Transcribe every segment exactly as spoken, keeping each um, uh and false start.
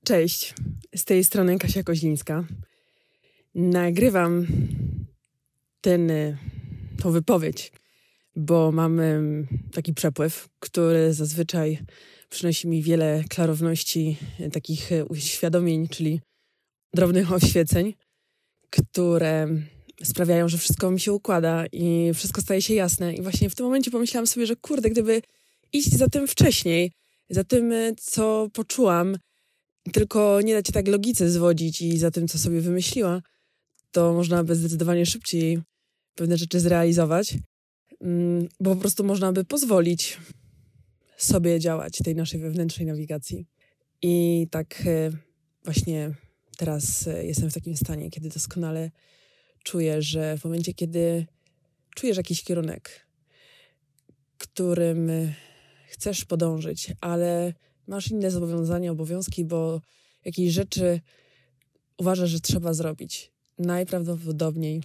Cześć, z tej strony Kasia Koźlińska. Nagrywam ten, tą wypowiedź, bo mam taki przepływ, który zazwyczaj przynosi mi wiele klarowności, takich uświadomień, czyli drobnych oświeceń, które sprawiają, że wszystko mi się układa i wszystko staje się jasne. I właśnie w tym momencie pomyślałam sobie, że kurde, gdyby iść za tym wcześniej, za tym, co poczułam, tylko nie dać tak logice zwodzić i za tym, co sobie wymyśliła, to można by zdecydowanie szybciej pewne rzeczy zrealizować, bo po prostu można by pozwolić sobie działać tej naszej wewnętrznej nawigacji. I tak właśnie teraz jestem w takim stanie, kiedy doskonale czuję, że w momencie, kiedy czujesz jakiś kierunek, którym chcesz podążyć, ale masz inne zobowiązania, obowiązki, bo jakieś rzeczy uważasz, że trzeba zrobić. Najprawdopodobniej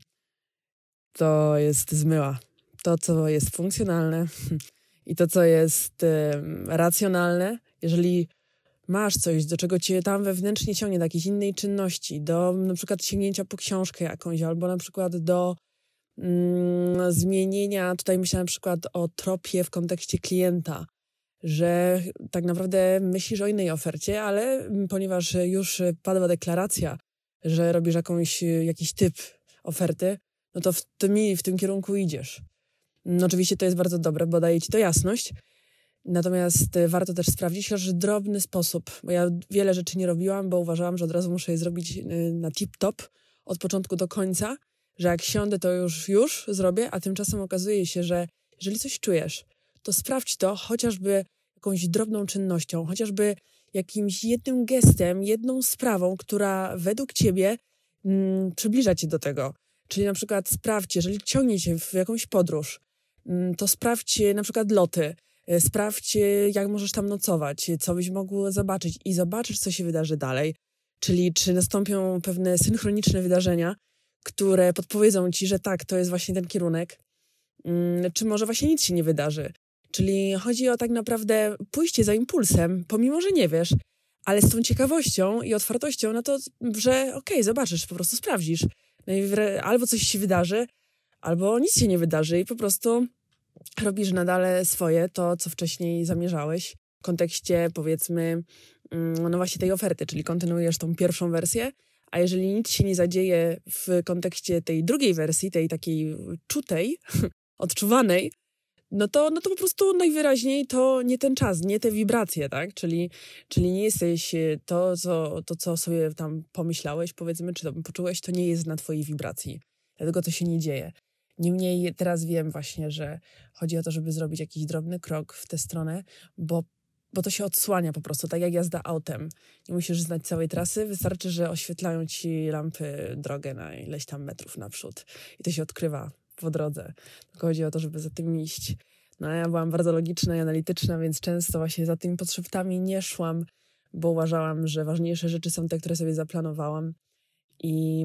to jest zmyła. To, co jest funkcjonalne i to, co jest y, racjonalne, jeżeli masz coś, do czego cię tam wewnętrznie ciągnie, do jakiejś innej czynności, do na przykład sięgnięcia po książkę jakąś, albo na przykład do mm, zmienienia, tutaj myślę na przykład o tropie w kontekście klienta, że tak naprawdę myślisz o innej ofercie, ale ponieważ już padła deklaracja, że robisz jakąś, jakiś typ oferty, no to w tym, w tym kierunku idziesz. No oczywiście to jest bardzo dobre, bo daje ci to jasność, natomiast warto też sprawdzić chociaż drobny sposób, bo ja wiele rzeczy nie robiłam, bo uważałam, że od razu muszę je zrobić na tip-top od początku do końca, że jak siądę, to już, już zrobię, a tymczasem okazuje się, że jeżeli coś czujesz, to sprawdź to chociażby jakąś drobną czynnością, chociażby jakimś jednym gestem, jedną sprawą, która według ciebie mm, przybliża cię do tego. Czyli na przykład sprawdź, jeżeli ciągnie cię w jakąś podróż, mm, to sprawdź na przykład loty, sprawdź, jak możesz tam nocować, co byś mógł zobaczyć i zobaczysz, co się wydarzy dalej. Czyli czy nastąpią pewne synchroniczne wydarzenia, które podpowiedzą ci, że tak, to jest właśnie ten kierunek, mm, czy może właśnie nic się nie wydarzy. Czyli chodzi o tak naprawdę pójście za impulsem, pomimo, że nie wiesz, ale z tą ciekawością i otwartością na to, że okej, okay, zobaczysz, po prostu sprawdzisz. No i albo coś się wydarzy, albo nic się nie wydarzy i po prostu robisz nadal swoje, to co wcześniej zamierzałeś w kontekście, powiedzmy, no właśnie tej oferty, czyli kontynuujesz tą pierwszą wersję, a jeżeli nic się nie zadzieje w kontekście tej drugiej wersji, tej takiej czutej, odczuwanej, no to, no to po prostu najwyraźniej to nie ten czas, nie te wibracje, tak? Czyli, czyli nie jesteś to co, to, co sobie tam pomyślałeś, powiedzmy, czy tam poczułeś, to nie jest na twojej wibracji. Dlatego to się nie dzieje. Niemniej teraz wiem właśnie, że chodzi o to, żeby zrobić jakiś drobny krok w tę stronę, bo, bo to się odsłania po prostu, tak jak jazda autem. Nie musisz znać całej trasy, wystarczy, że oświetlają ci lampy drogę na ileś tam metrów naprzód i to się odkrywa po drodze. Tylko chodzi o to, żeby za tym iść. No ja byłam bardzo logiczna i analityczna, więc często właśnie za tymi podszeptami nie szłam, bo uważałam, że ważniejsze rzeczy są te, które sobie zaplanowałam. I,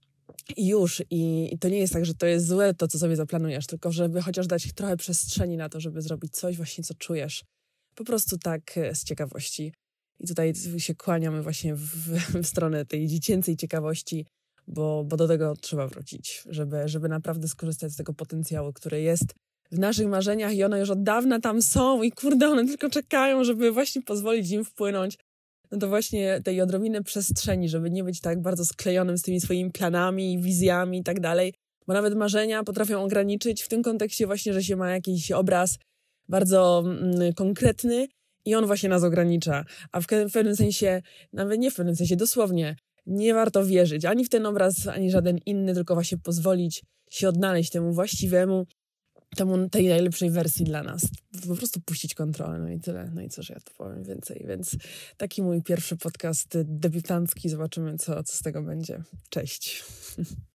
i już. I, I to nie jest tak, że to jest złe to, co sobie zaplanujesz, tylko żeby chociaż dać trochę przestrzeni na to, żeby zrobić coś właśnie, co czujesz. Po prostu tak z ciekawości. I tutaj się kłaniamy właśnie w, w stronę tej dziecięcej ciekawości, Bo, bo do tego trzeba wrócić, żeby, żeby naprawdę skorzystać z tego potencjału, który jest w naszych marzeniach i one już od dawna tam są i kurde, one tylko czekają, żeby właśnie pozwolić im wpłynąć. No to właśnie tej odrobiny przestrzeni, żeby nie być tak bardzo sklejonym z tymi swoimi planami, wizjami i tak dalej, bo nawet marzenia potrafią ograniczyć w tym kontekście właśnie, że się ma jakiś obraz bardzo mm, konkretny i on właśnie nas ogranicza, a w pewnym sensie, nawet nie w pewnym sensie, dosłownie, nie warto wierzyć ani w ten obraz, ani żaden inny, tylko właśnie pozwolić się odnaleźć temu właściwemu, temu, tej najlepszej wersji dla nas. Po prostu puścić kontrolę, no i tyle. No i cóż, ja tu powiem więcej. Więc taki mój pierwszy podcast debiutancki. Zobaczymy, co, co z tego będzie. Cześć.